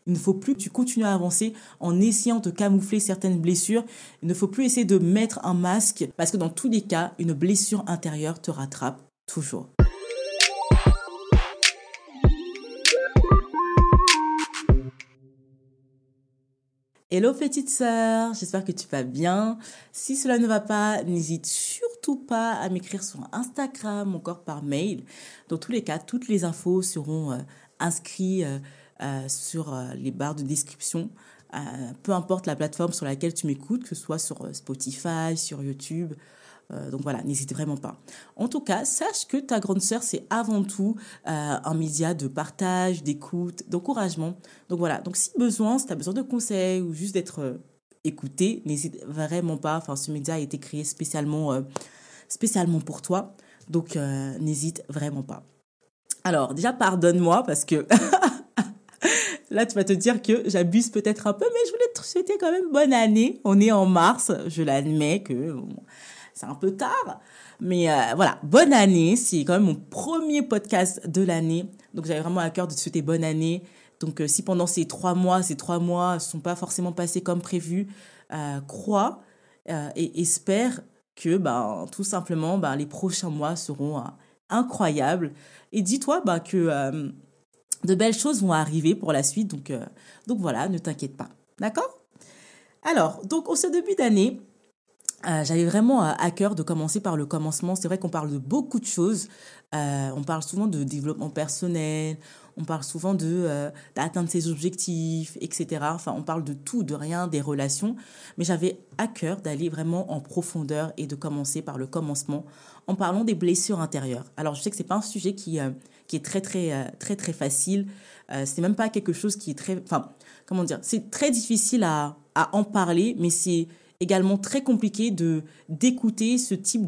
Il ne faut plus que tu continues à avancer en essayant de camoufler certaines blessures. Il ne faut plus essayer de mettre un masque parce que dans tous les cas, une blessure intérieure te rattrape toujours. Hello petite sœur, j'espère que tu vas bien. Si cela ne va pas, n'hésite surtout pas à m'écrire sur Instagram ou encore par mail. Dans tous les cas, toutes les infos seront inscrites sur les barres de description. Peu importe la plateforme sur laquelle tu m'écoutes, que ce soit sur Spotify, sur YouTube. Donc voilà, n'hésite vraiment pas. En tout cas, sache que ta grande sœur, c'est avant tout un média de partage, d'écoute, d'encouragement. Donc voilà, donc si besoin, si tu as besoin de conseils ou juste d'être écouté, n'hésite vraiment pas. Enfin, ce média a été créé spécialement pour toi. Donc n'hésite vraiment pas. Alors déjà, pardonne-moi parce que là, tu vas te dire que j'abuse peut-être un peu, mais je voulais te souhaiter quand même bonne année. On est en mars, je l'admets que bon, c'est un peu tard. Mais voilà, bonne année. C'est quand même mon premier podcast de l'année. Donc j'avais vraiment à cœur de te souhaiter bonne année. Donc si pendant ces 3 mois ne sont pas forcément passés comme prévu, crois et espère que tout simplement les prochains mois seront incroyables. Et dis-toi que de belles choses vont arriver pour la suite. Donc voilà, ne t'inquiète pas. D'accord? Alors, donc, au ce début d'année, j'avais vraiment à cœur de commencer par le commencement. C'est vrai qu'on parle de beaucoup de choses. On parle souvent de développement personnel. On parle souvent d'atteindre ses objectifs, etc. Enfin, on parle de tout, de rien, des relations. Mais j'avais à cœur d'aller vraiment en profondeur et de commencer par le commencement en parlant des blessures intérieures. Alors, je sais que c'est pas un sujet qui est très facile. C'est même pas quelque chose qui est très, enfin, comment dire, c'est très difficile à en parler, mais c'est également très compliqué d'écouter ce type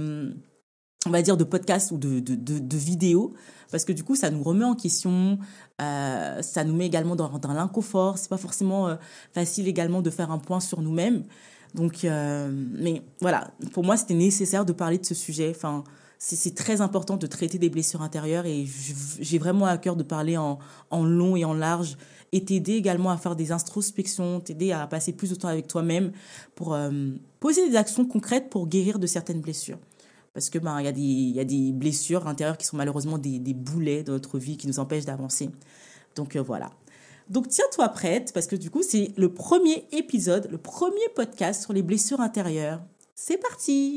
on va dire, de podcast ou de vidéos, parce que du coup, ça nous remet en question, ça nous met également dans l'inconfort. C'est pas forcément facile également de faire un point sur nous-mêmes. Donc, mais voilà, pour moi, c'était nécessaire de parler de ce sujet. Enfin, c'est très important de traiter des blessures intérieures et j'ai vraiment à cœur de parler en long et en large et t'aider également à faire des introspections, t'aider à passer plus de temps avec toi-même pour poser des actions concrètes pour guérir de certaines blessures. Parce que il y a des blessures intérieures qui sont malheureusement des boulets dans notre vie qui nous empêchent d'avancer. Donc voilà. Donc tiens-toi prête parce que du coup c'est le premier épisode, le premier podcast sur les blessures intérieures. C'est parti!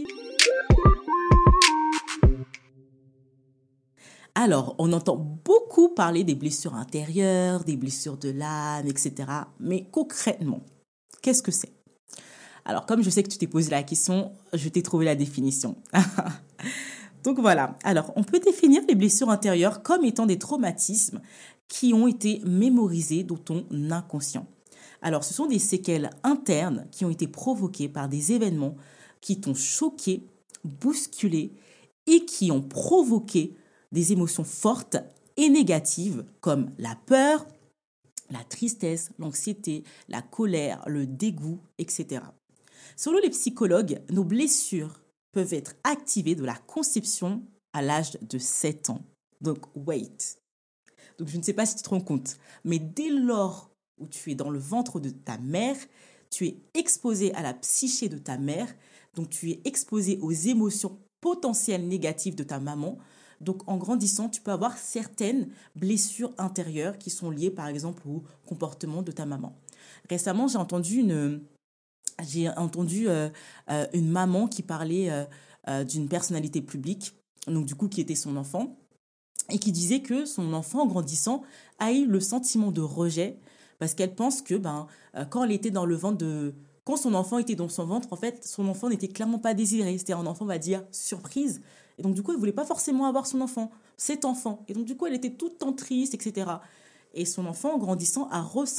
Alors, on entend beaucoup parler des blessures intérieures, des blessures de l'âme, etc. Mais concrètement, qu'est-ce que c'est? Alors, comme je sais que tu t'es posé la question, je t'ai trouvé la définition. Donc voilà. Alors, on peut définir les blessures intérieures comme étant des traumatismes qui ont été mémorisés dans ton inconscient. Alors, ce sont des séquelles internes qui ont été provoquées par des événements qui t'ont choqué, bousculé et qui ont provoqué des émotions fortes et négatives comme la peur, la tristesse, l'anxiété, la colère, le dégoût, etc. Selon les psychologues, nos blessures peuvent être activées de la conception à l'âge de 7 ans. Donc, wait. Donc, je ne sais pas si tu te rends compte, mais dès lors où tu es dans le ventre de ta mère, tu es exposé à la psyché de ta mère, donc tu es exposé aux émotions potentielles négatives de ta maman. Donc, en grandissant, tu peux avoir certaines blessures intérieures qui sont liées, par exemple, au comportement de ta maman. Récemment, j'ai entendu une maman qui parlait d'une personnalité publique, donc du coup qui était son enfant, et qui disait que son enfant, en grandissant, a eu le sentiment de rejet parce qu'elle pense que quand elle était dans le ventre quand son enfant était dans son ventre, en fait, son enfant n'était clairement pas désiré. C'était un enfant, on va dire, surprise. Et donc, du coup, elle voulait pas forcément avoir son enfant, cet enfant. Et donc, du coup, elle était tout le temps triste, etc. Et son enfant, en grandissant,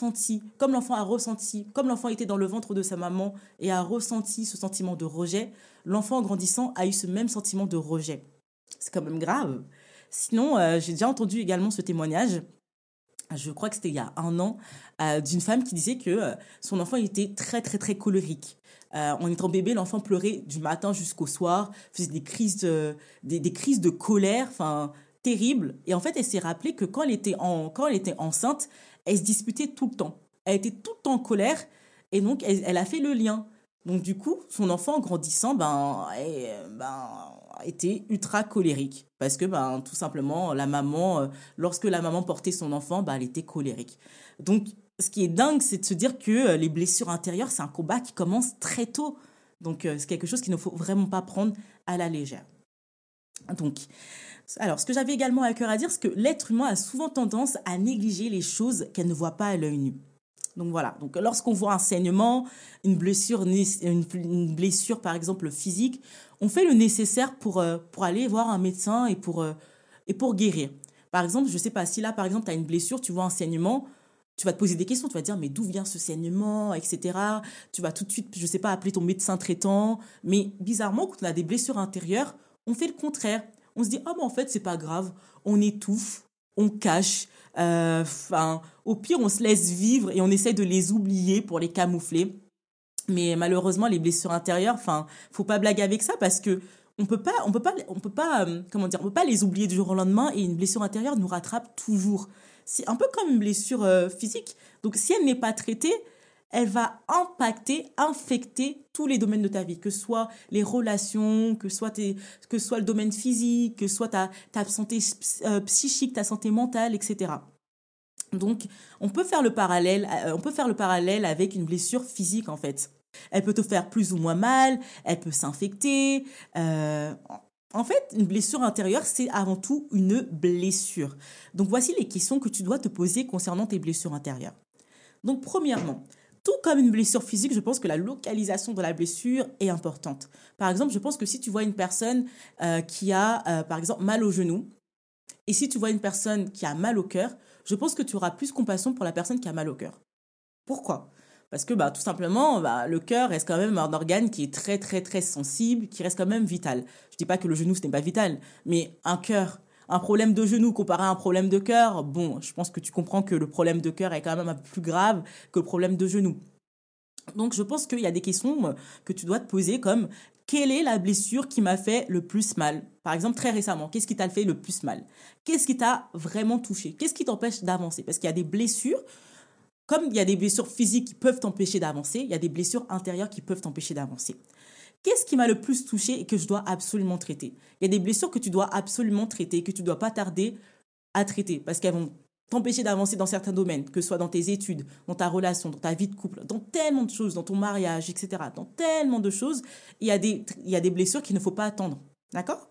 comme l'enfant était dans le ventre de sa maman et a ressenti ce sentiment de rejet, l'enfant, en grandissant, a eu ce même sentiment de rejet. C'est quand même grave. Sinon, j'ai déjà entendu également ce témoignage, je crois que c'était il y a 1 an, d'une femme qui disait que son enfant était très colérique. En étant bébé, l'enfant pleurait du matin jusqu'au soir, faisait des crises de colère, enfin terribles. Et en fait, elle s'est rappelé que quand elle était enceinte, elle se disputait tout le temps. Elle était tout le temps en colère et donc elle a fait le lien. Donc du coup, son enfant en grandissant, était ultra colérique parce que tout simplement lorsque la maman portait son enfant, elle était colérique. Donc ce qui est dingue, c'est de se dire que les blessures intérieures, c'est un combat qui commence très tôt. Donc c'est quelque chose qu'il ne faut vraiment pas prendre à la légère. Donc, alors, ce que j'avais également à cœur à dire, c'est que l'être humain a souvent tendance à négliger les choses qu'elle ne voit pas à l'œil nu. Donc voilà, donc lorsqu'on voit un saignement, une blessure par exemple physique, on fait le nécessaire pour aller voir un médecin et pour guérir. Par exemple, je ne sais pas, si là par exemple tu as une blessure, tu vois un saignement, tu vas te poser des questions, tu vas te dire mais d'où vient ce saignement, etc. Tu vas tout de suite, je ne sais pas, appeler ton médecin traitant. Mais bizarrement, quand on a des blessures intérieures, on fait le contraire. On se dit, ah mais en fait, c'est pas grave, on étouffe, on cache, au pire, on se laisse vivre et on essaie de les oublier pour les camoufler. Mais malheureusement, les blessures intérieures, faut pas blaguer avec ça parce que on peut pas les oublier du jour au lendemain et une blessure intérieure nous rattrape toujours. C'est un peu comme une blessure physique. Donc, si elle n'est pas traitée, elle va impacter, infecter tous les domaines de ta vie, que ce soit les relations, que ce soit le domaine physique, que ce soit ta santé psychique, ta santé mentale, etc. Donc, on peut faire le parallèle avec une blessure physique en fait. Elle peut te faire plus ou moins mal, elle peut s'infecter. En fait, une blessure intérieure, c'est avant tout une blessure. Donc, voici les questions que tu dois te poser concernant tes blessures intérieures. Donc, premièrement, tout comme une blessure physique, je pense que la localisation de la blessure est importante. Par exemple, je pense que si tu vois une personne qui a, par exemple, mal au genou, et si tu vois une personne qui a mal au cœur, je pense que tu auras plus compassion pour la personne qui a mal au cœur. Pourquoi? Parce que tout simplement, le cœur reste quand même un organe qui est très, très, très sensible, qui reste quand même vital. Je ne dis pas que le genou, ce n'est pas vital, mais un cœur, un problème de genou comparé à un problème de cœur, bon, je pense que tu comprends que le problème de cœur est quand même un peu plus grave que le problème de genou. Donc, je pense qu'il y a des questions que tu dois te poser comme quelle est la blessure qui m'a fait le plus mal? Par exemple, très récemment, qu'est-ce qui t'a fait le plus mal? Qu'est-ce qui t'a vraiment touché? Qu'est-ce qui t'empêche d'avancer? Parce qu'il y a des blessures, comme il y a des blessures physiques qui peuvent t'empêcher d'avancer, il y a des blessures intérieures qui peuvent t'empêcher d'avancer. Qu'est-ce qui m'a le plus touché et que je dois absolument traiter? Il y a des blessures que tu dois absolument traiter, que tu ne dois pas tarder à traiter parce qu'elles vont t'empêcher d'avancer dans certains domaines, que ce soit dans tes études, dans ta relation, dans ta vie de couple, dans tellement de choses, dans ton mariage, etc. Dans tellement de choses, il y a des blessures qu'il ne faut pas attendre. D'accord?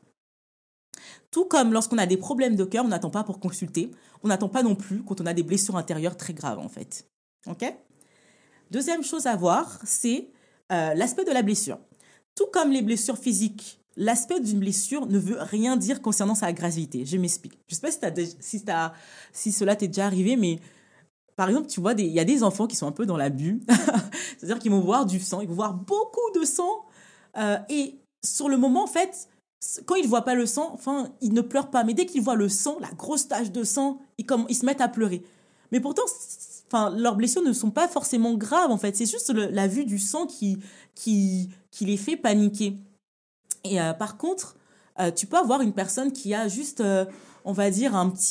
Tout comme lorsqu'on a des problèmes de cœur, on n'attend pas pour consulter. On n'attend pas non plus quand on a des blessures intérieures très graves, en fait. OK? Deuxième chose à voir, c'est l'aspect de la blessure. Tout comme les blessures physiques, l'aspect d'une blessure ne veut rien dire concernant sa gravité. Je m'explique. Je ne sais pas si cela t'est déjà arrivé, mais par exemple, tu vois, il y a des enfants qui sont un peu dans l'abus. C'est-à-dire qu'ils vont voir du sang, ils vont voir beaucoup de sang. Et sur le moment, en fait, quand ils ne voient pas le sang, enfin, ils ne pleurent pas. Mais dès qu'ils voient le sang, la grosse tache de sang, ils se mettent à pleurer. Mais pourtant, enfin, leurs blessures ne sont pas forcément graves, en fait. C'est juste la vue du sang qui les fait paniquer. Et par contre, tu peux avoir une personne qui a juste, on va dire,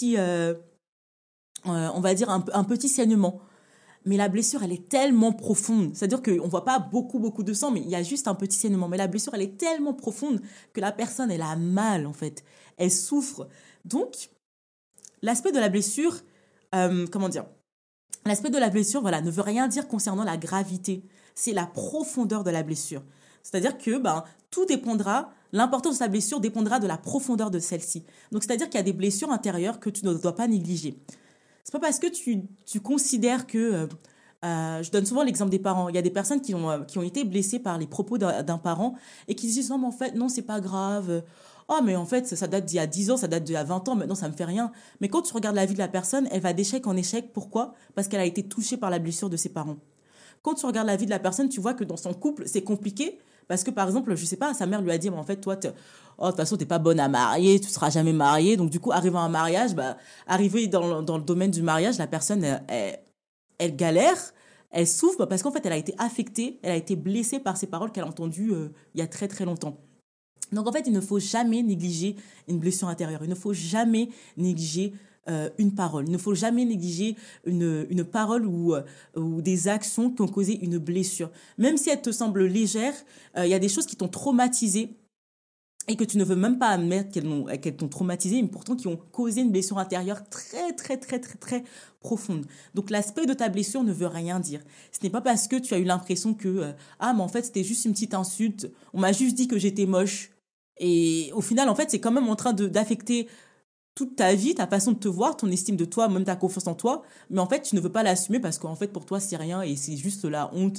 un petit saignement. Mais la blessure, elle est tellement profonde. C'est-à-dire qu'on ne voit pas beaucoup, beaucoup de sang, mais il y a juste un petit saignement. Mais la blessure, elle est tellement profonde que la personne, elle a mal, en fait. Elle souffre. Donc, l'aspect de la blessure, comment dire? L'aspect de la blessure, voilà, ne veut rien dire concernant la gravité. C'est la profondeur de la blessure. C'est-à-dire que tout dépendra, l'importance de sa blessure dépendra de la profondeur de celle-ci. Donc, c'est-à-dire qu'il y a des blessures intérieures que tu ne dois pas négliger. C'est pas parce que tu considères que... je donne souvent l'exemple des parents. Il y a des personnes qui ont été blessées par les propos d'un parent et qui disent, non, mais en fait, non, c'est pas grave. Oh, mais en fait, ça date d'il y a 10 ans, ça date d'il y a 20 ans, maintenant, ça me fait rien. Mais quand tu regardes la vie de la personne, elle va d'échec en échec. Pourquoi? Parce qu'elle a été touchée par la blessure de ses parents. Quand tu regardes la vie de la personne, tu vois que dans son couple, c'est compliqué. Parce que, par exemple, je sais pas, sa mère lui a dit, mais en fait, toi, de toute façon, t'es pas bonne à marier, tu seras jamais mariée. Donc, du coup, arrivant à un mariage, arrivé dans le domaine du mariage, la personne, elle galère, elle souffre parce qu'en fait, elle a été affectée, elle a été blessée par ces paroles qu'elle a entendues il y a très, très longtemps. Donc, en fait, il ne faut jamais négliger une blessure intérieure. Il ne faut jamais négliger une parole. Il ne faut jamais négliger une parole ou des actions qui ont causé une blessure. Même si elles te semblent légères, il y a des choses qui t'ont traumatisé et que tu ne veux même pas admettre qu'elles t'ont traumatisé, mais pourtant qui ont causé une blessure intérieure très, très, très, très, très profonde. Donc l'aspect de ta blessure ne veut rien dire. Ce n'est pas parce que tu as eu l'impression que, ah, mais en fait, c'était juste une petite insulte, on m'a juste dit que j'étais moche. Et au final, en fait, c'est quand même en train d'affecter toute ta vie, ta façon de te voir, ton estime de toi, même ta confiance en toi, mais en fait, tu ne veux pas l'assumer parce qu'en fait, pour toi, c'est rien et c'est juste la honte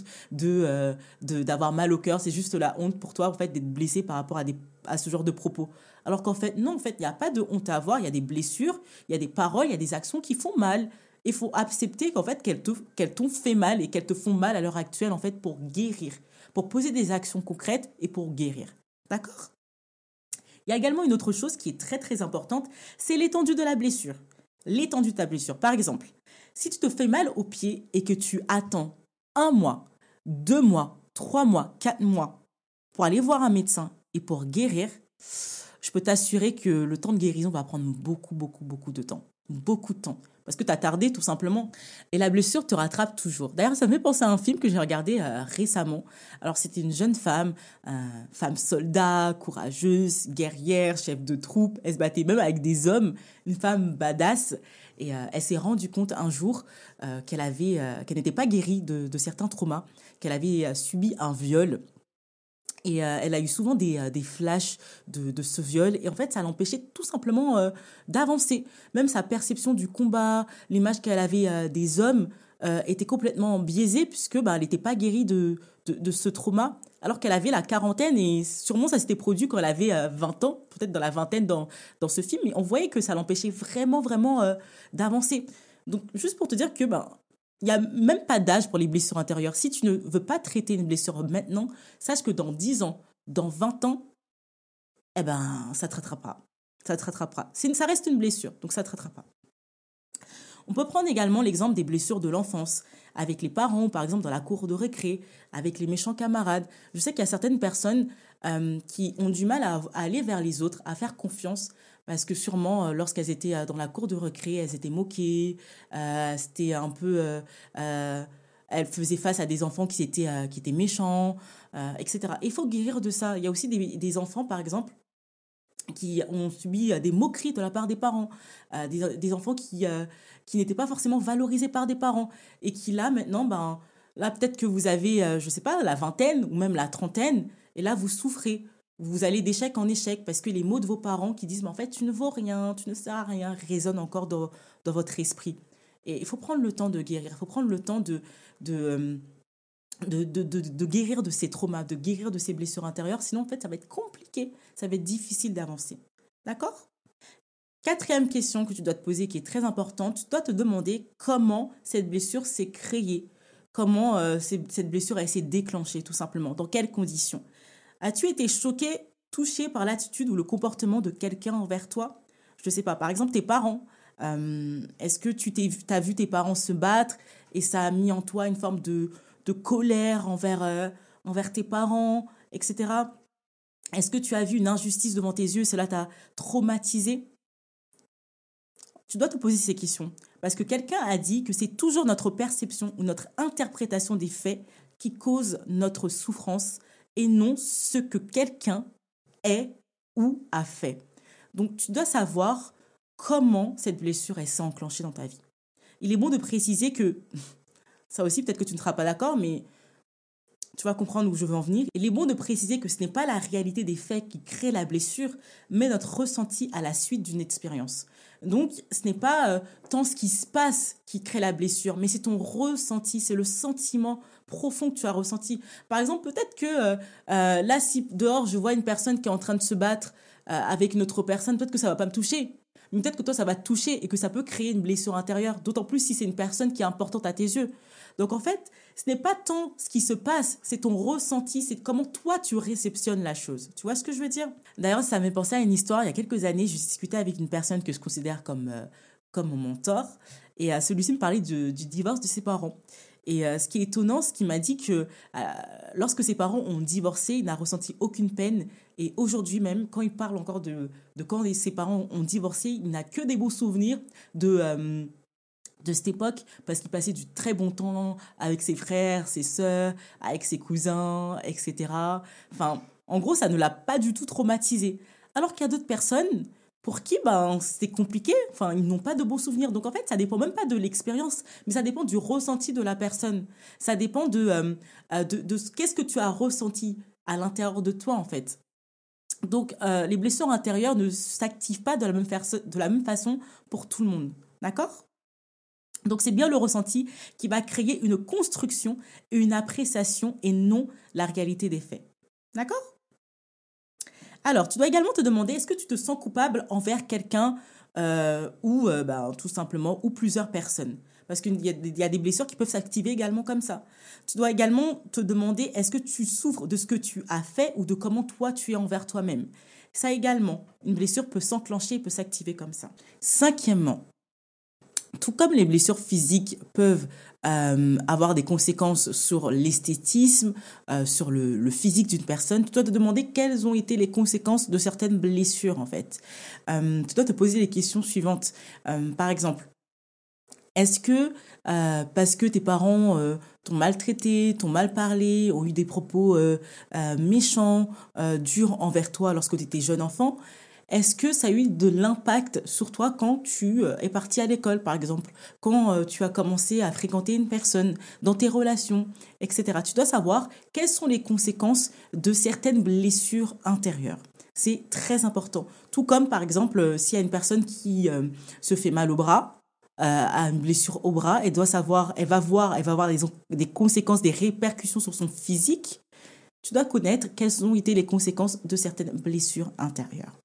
d'avoir mal au cœur, c'est juste la honte pour toi, en fait, d'être blessé par rapport à ce genre de propos. Alors qu'en fait, non, en fait, il n'y a pas de honte à avoir, il y a des blessures, il y a des paroles, il y a des actions qui font mal. Il faut accepter qu'en fait, qu'elles t'ont fait mal et qu'elles te font mal à l'heure actuelle, en fait, pour guérir, pour poser des actions concrètes et pour guérir. D'accord? Il y a également une autre chose qui est très très importante, c'est l'étendue de la blessure. L'étendue de ta blessure. Par exemple, si tu te fais mal au pied et que tu attends 1 mois, 2 mois, 3 mois, 4 mois pour aller voir un médecin et pour guérir, je peux t'assurer que le temps de guérison va prendre beaucoup, beaucoup, beaucoup de temps. Beaucoup de temps. Parce que tu as tardé tout simplement. Et la blessure te rattrape toujours. D'ailleurs, ça me fait penser à un film que j'ai regardé récemment. Alors, c'était une jeune femme soldat, courageuse, guerrière, chef de troupe. Elle se battait même avec des hommes. Une femme badass. Et elle s'est rendue compte un jour qu'elle n'était pas guérie de certains traumas, qu'elle avait subi un viol. Et elle a eu souvent des flashs de ce viol. Et en fait, ça l'empêchait tout simplement d'avancer. Même sa perception du combat, l'image qu'elle avait des hommes était complètement biaisée puisque bah, elle n'était pas guérie de ce trauma. Alors qu'elle avait la quarantaine et sûrement ça s'était produit quand elle avait 20 ans, peut-être dans la vingtaine dans ce film. Mais on voyait que ça l'empêchait vraiment, vraiment d'avancer. Donc, juste pour te dire que ben, il n'y a même pas d'âge pour les blessures intérieures. Si tu ne veux pas traiter une blessure maintenant, sache que dans 10 ans, dans 20 ans, eh ben, ça ne te rattrapera. Ça te rattrapera. Ça reste une blessure, donc ça ne te rattrapera. On peut prendre également l'exemple des blessures de l'enfance, avec les parents, par exemple dans la cour de récré, avec les méchants camarades. Je sais qu'il y a certaines personnes qui ont du mal à aller vers les autres, à faire confiance, parce que sûrement, lorsqu'elles étaient dans la cour de récré, elles étaient moquées, c'était un peu... elles faisaient face à des enfants qui étaient méchants, etc. Il faut guérir de ça. Il y a aussi des enfants, par exemple, qui ont subi des moqueries de la part des parents, des enfants qui n'étaient pas forcément valorisés par des parents et qui là maintenant, ben, là peut-être que vous avez, je sais pas, la vingtaine ou même la trentaine et là vous souffrez. Vous allez d'échec en échec parce que les mots de vos parents qui disent mais en fait tu ne vaux rien, tu ne sers à rien résonnent encore dans votre esprit. Et il faut prendre le temps de guérir, il faut prendre le temps de, euh, de guérir de ces traumas, de guérir de ces blessures intérieures. Sinon, en fait, ça va être compliqué, ça va être difficile d'avancer. D'accord? Quatrième question que tu dois te poser qui est très importante, tu dois te demander comment cette blessure s'est créée, comment cette blessure a s'est déclenchée tout simplement, dans quelles conditions. As-tu été choqué, touché par l'attitude ou le comportement de quelqu'un envers toi? Je ne sais pas, par exemple tes parents. Est-ce que t'as vu tes parents se battre et ça a mis en toi une forme de colère envers tes parents, etc. Est-ce que tu as vu une injustice devant tes yeux et cela t'a traumatisé? Tu dois te poser ces questions. Parce que quelqu'un a dit que c'est toujours notre perception ou notre interprétation des faits qui cause notre souffrance et non ce que quelqu'un est ou a fait. Donc tu dois savoir comment cette blessure s'est enclenchée dans ta vie. Il est bon de préciser que, ça aussi peut-être que tu ne seras pas d'accord, mais tu vas comprendre où je veux en venir. Il est bon de préciser que ce n'est pas la réalité des faits qui crée la blessure, mais notre ressenti à la suite d'une expérience. Donc, ce n'est pas tant ce qui se passe qui crée la blessure, mais c'est ton ressenti, c'est le sentiment profond que tu as ressenti. Par exemple, peut-être que là, si dehors, je vois une personne qui est en train de se battre avec une autre personne, peut-être que ça va pas me toucher. Mais peut-être que toi, ça va te toucher et que ça peut créer une blessure intérieure, d'autant plus si c'est une personne qui est importante à tes yeux. Donc en fait, ce n'est pas tant ce qui se passe, c'est ton ressenti, c'est comment toi tu réceptionnes la chose. Tu vois ce que je veux dire? D'ailleurs, ça m'est pensé à une histoire. Il y a quelques années, je discutais avec une personne que je considère comme mon mentor. Et celui-ci me parlait du divorce de ses parents. Et ce qui est étonnant, ce qu'il m'a dit que lorsque ses parents ont divorcé, il n'a ressenti aucune peine. Et aujourd'hui même, quand il parle encore de quand ses parents ont divorcé, il n'a que des beaux souvenirs de cette époque parce qu'il passait du très bon temps avec ses frères, ses sœurs, avec ses cousins, etc. Enfin, en gros, ça ne l'a pas du tout traumatisé. Alors qu'il y a d'autres personnes pour qui ben, c'est compliqué, enfin, ils n'ont pas de bons souvenirs. Donc en fait, ça dépend même pas de l'expérience, mais ça dépend du ressenti de la personne. Ça dépend de qu'est-ce que tu as ressenti à l'intérieur de toi, en fait. Donc, les blessures intérieures ne s'activent pas de la même façon pour tout le monde. D'accord? Donc c'est bien le ressenti qui va créer une construction et une appréciation et non la réalité des faits. D'accord? Alors, tu dois également te demander, est-ce que tu te sens coupable envers quelqu'un ou ben, tout simplement, ou plusieurs personnes? Parce qu'il y a des blessures qui peuvent s'activer également comme ça. Tu dois également te demander, est-ce que tu souffres de ce que tu as fait ou de comment toi tu es envers toi-même? Ça également, une blessure peut s'enclencher, peut s'activer comme ça. Cinquièmement, tout comme les blessures physiques peuvent avoir des conséquences sur l'esthétisme, sur le physique d'une personne, tu dois te demander quelles ont été les conséquences de certaines blessures en fait. Tu dois te poser les questions suivantes. Par exemple, est-ce que parce que tes parents t'ont maltraité, t'ont mal parlé, ont eu des propos méchants, durs envers toi lorsque tu étais jeune enfant, est-ce que ça a eu de l'impact sur toi quand tu es parti à l'école, par exemple, quand tu as commencé à fréquenter une personne, dans tes relations, etc. Tu dois savoir quelles sont les conséquences de certaines blessures intérieures. C'est très important. Tout comme, par exemple, s'il y a une personne qui se fait mal au bras, a une blessure au bras, elle va voir des conséquences, des répercussions sur son physique. Tu dois connaître quelles ont été les conséquences de certaines blessures intérieures.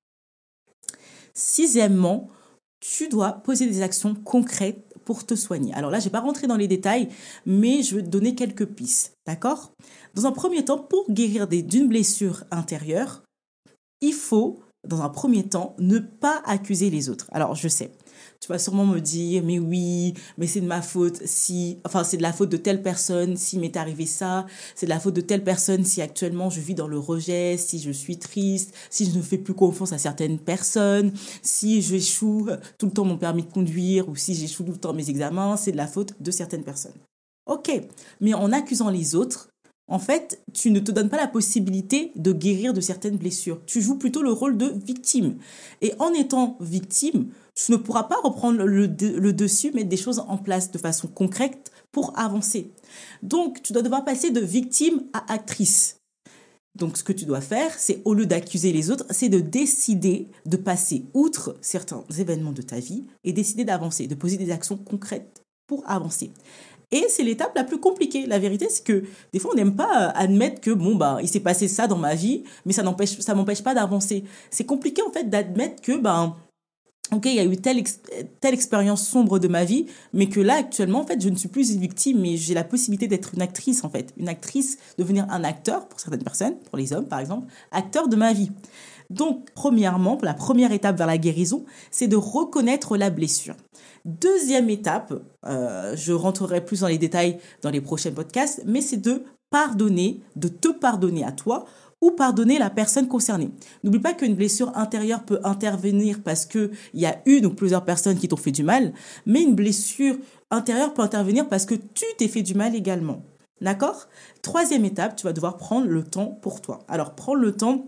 Sixièmement, tu dois poser des actions concrètes pour te soigner. Alors là, je ne vais pas rentrer dans les détails, mais je vais te donner quelques pistes, d'accord? Dans un premier temps, pour guérir d'une blessure intérieure, il faut, dans un premier temps, ne pas accuser les autres. Alors, je sais, tu vas sûrement me dire, mais oui, mais c'est de ma faute c'est de la faute de telle personne si m'est arrivé ça, c'est de la faute de telle personne si actuellement je vis dans le rejet, si je suis triste, si je ne fais plus confiance à certaines personnes, si j'échoue tout le temps mon permis de conduire ou si j'échoue tout le temps mes examens, c'est de la faute de certaines personnes. Ok, mais en accusant les autres, en fait, tu ne te donnes pas la possibilité de guérir de certaines blessures. Tu joues plutôt le rôle de victime. Et en étant victime, tu ne pourras pas reprendre le dessus, mettre des choses en place de façon concrète pour avancer. Donc, tu dois devoir passer de victime à actrice. Donc, ce que tu dois faire, c'est au lieu d'accuser les autres, c'est de décider de passer outre certains événements de ta vie et décider d'avancer, de poser des actions concrètes pour avancer. Et c'est l'étape la plus compliquée. La vérité, c'est que des fois, on n'aime pas admettre que, bon, bah, il s'est passé ça dans ma vie, mais ça m'empêche pas d'avancer. C'est compliqué, en fait, d'admettre que, ben, ok, il y a eu telle expérience sombre de ma vie, mais que là, actuellement, en fait, je ne suis plus une victime, mais j'ai la possibilité d'être une actrice, en fait. Une actrice, devenir un acteur, pour certaines personnes, pour les hommes, par exemple, acteur de ma vie. Donc, premièrement, la première étape vers la guérison, c'est de reconnaître la blessure. Deuxième étape, je rentrerai plus dans les détails dans les prochains podcasts, mais c'est de pardonner, de te pardonner à toi ou pardonner la personne concernée. N'oublie pas qu'une blessure intérieure peut intervenir parce qu'il y a une ou plusieurs personnes qui t'ont fait du mal, mais une blessure intérieure peut intervenir parce que tu t'es fait du mal également. D'accord? Troisième étape, tu vas devoir prendre le temps pour toi. Alors, prends le temps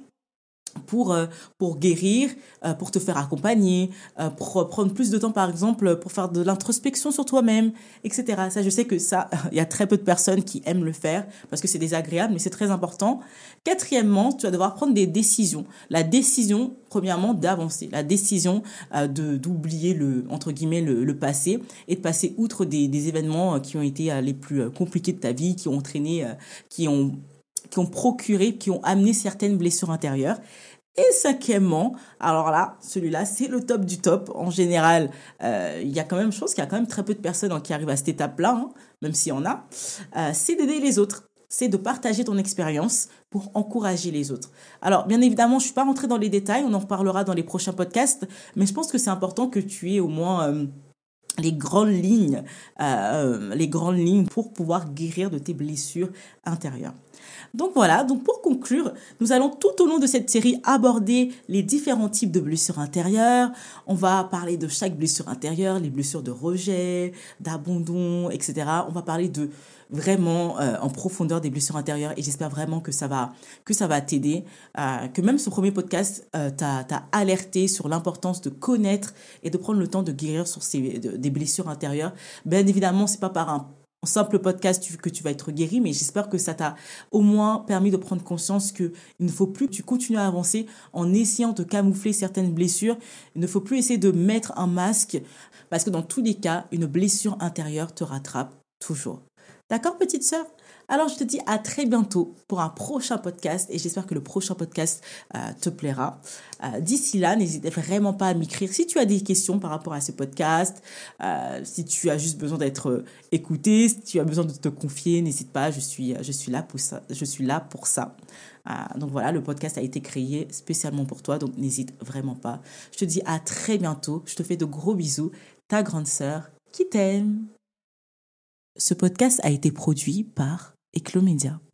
pour guérir, pour te faire accompagner, pour prendre plus de temps, par exemple, pour faire de l'introspection sur toi-même, etc. Ça, je sais que ça, il y a très peu de personnes qui aiment le faire parce que c'est désagréable, mais c'est très important. Quatrièmement, tu vas devoir prendre des décisions. La décision, premièrement, d'avancer. La décision d'oublier entre guillemets, le passé et de passer outre des événements qui ont été les plus compliqués de ta vie, qui ont entraîné, qui ont procuré, qui ont amené certaines blessures intérieures. Et cinquièmement, alors là, celui-là, c'est le top du top. En général, il y a quand même, je pense qu'il y a quand même très peu de personnes qui arrivent à cette étape-là, hein, même s'il y en a, c'est d'aider les autres. C'est de partager ton expérience pour encourager les autres. Alors, bien évidemment, je ne suis pas rentrée dans les détails, on en reparlera dans les prochains podcasts, mais je pense que c'est important que tu aies au moins les grandes lignes pour pouvoir guérir de tes blessures intérieures. Donc voilà, donc pour conclure, nous allons tout au long de cette série aborder les différents types de blessures intérieures. On va parler de chaque blessure intérieure, les blessures de rejet, d'abandon, etc. On va parler de vraiment en profondeur des blessures intérieures et j'espère vraiment que ça va t'aider, que même ce premier podcast t'a alerté sur l'importance de connaître et de prendre le temps de guérir sur des blessures intérieures. Bien évidemment, c'est pas par un simple podcast que tu vas être guéri, mais j'espère que ça t'a au moins permis de prendre conscience que il ne faut plus que tu continues à avancer en essayant de camoufler certaines blessures. Il ne faut plus essayer de mettre un masque parce que dans tous les cas, une blessure intérieure te rattrape toujours. D'accord, petite sœur? Alors, je te dis à très bientôt pour un prochain podcast et j'espère que le prochain podcast te plaira. D'ici là, n'hésite vraiment pas à m'écrire si tu as des questions par rapport à ce podcast, si tu as juste besoin d'être écouté, si tu as besoin de te confier, n'hésite pas, je suis là pour ça. Je suis là pour ça. Donc voilà, le podcast a été créé spécialement pour toi, donc n'hésite vraiment pas. Je te dis à très bientôt. Je te fais de gros bisous. Ta grande sœur qui t'aime. Ce podcast a été produit par Eclomedia.